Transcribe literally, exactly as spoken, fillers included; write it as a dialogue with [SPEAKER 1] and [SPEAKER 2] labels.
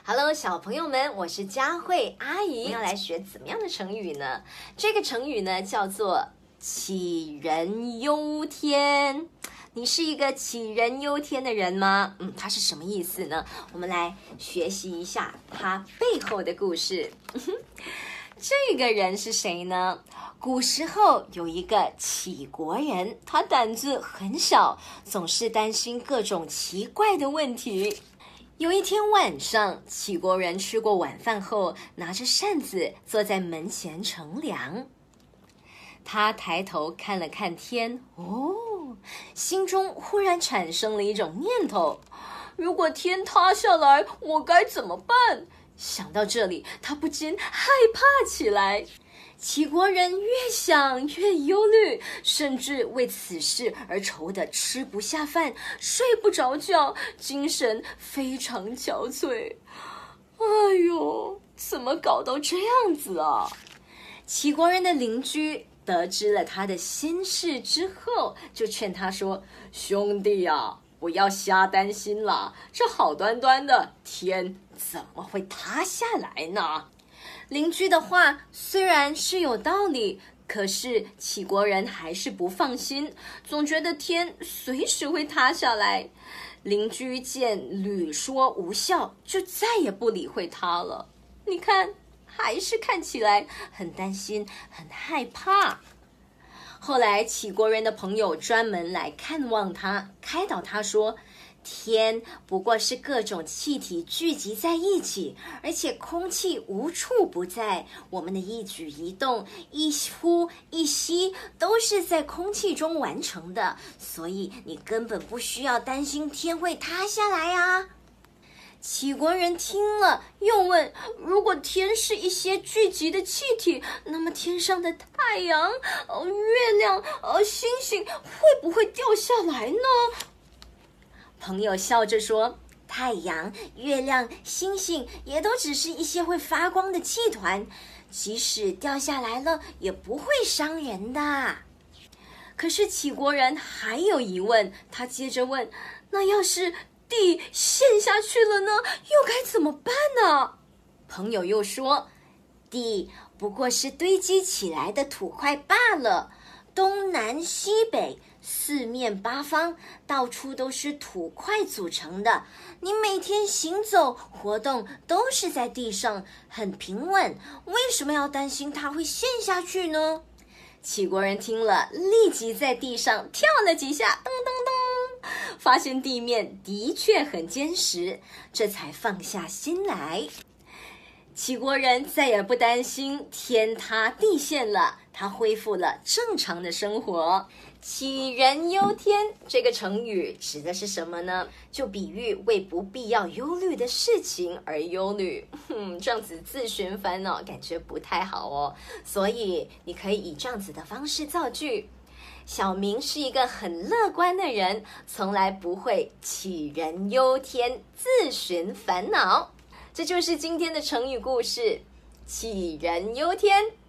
[SPEAKER 1] Hello， 小朋友们，我是佳慧阿姨，要来学怎么样的成语呢？这个成语呢叫做杞人忧天。你是一个杞人忧天的人吗？嗯，它是什么意思呢？我们来学习一下它背后的故事。这个人是谁呢？古时候有一个杞国人，他胆子很小，总是担心各种奇怪的问题。有一天晚上，杞国人吃过晚饭后，拿着扇子坐在门前乘凉。他抬头看了看天，哦，心中忽然产生了一种念头：如果天塌下来，我该怎么办？想到这里，他不禁害怕起来。杞国人越想越忧虑，甚至为此事而愁得吃不下饭，睡不着觉，精神非常憔悴。哎呦，怎么搞到这样子啊？杞国人的邻居得知了他的心事之后，就劝他说：兄弟啊，不要瞎担心啦，这好端端的天怎么会塌下来呢？邻居的话虽然是有道理，可是杞国人还是不放心，总觉得天随时会塌下来。邻居见屡说无效，就再也不理会他了。你看，还是看起来很担心，很害怕。后来杞国人的朋友专门来看望他，开导他说：天不过是各种气体聚集在一起，而且空气无处不在，我们的一举一动，一呼一吸都是在空气中完成的，所以你根本不需要担心天会塌下来啊。杞国人听了又问：如果天是一些聚集的气体，那么天上的太阳、呃、月亮、呃、星星会不会掉下来呢？朋友笑着说：太阳、月亮、星星也都只是一些会发光的气团，即使掉下来了也不会伤人的。可是杞国人还有疑问，他接着问：那要是地陷下去了呢，又该怎么办呢？朋友又说：地不过是堆积起来的土块罢了，东南西北四面八方到处都是土块组成的，你每天行走活动都是在地上，很平稳，为什么要担心它会陷下去呢？杞国人听了，立即在地上跳了几下，噔噔噔，发现地面的确很坚实，这才放下心来。杞国人再也不担心天塌地陷了，他恢复了正常的生活。杞人忧天这个成语指的是什么呢？就比喻为不必要忧虑的事情而忧虑。嗯，这样子自寻烦恼感觉不太好哦，所以你可以以这样子的方式造句：小明是一个很乐观的人，从来不会杞人忧天，自寻烦恼。这就是今天的成语故事，杞人忧天。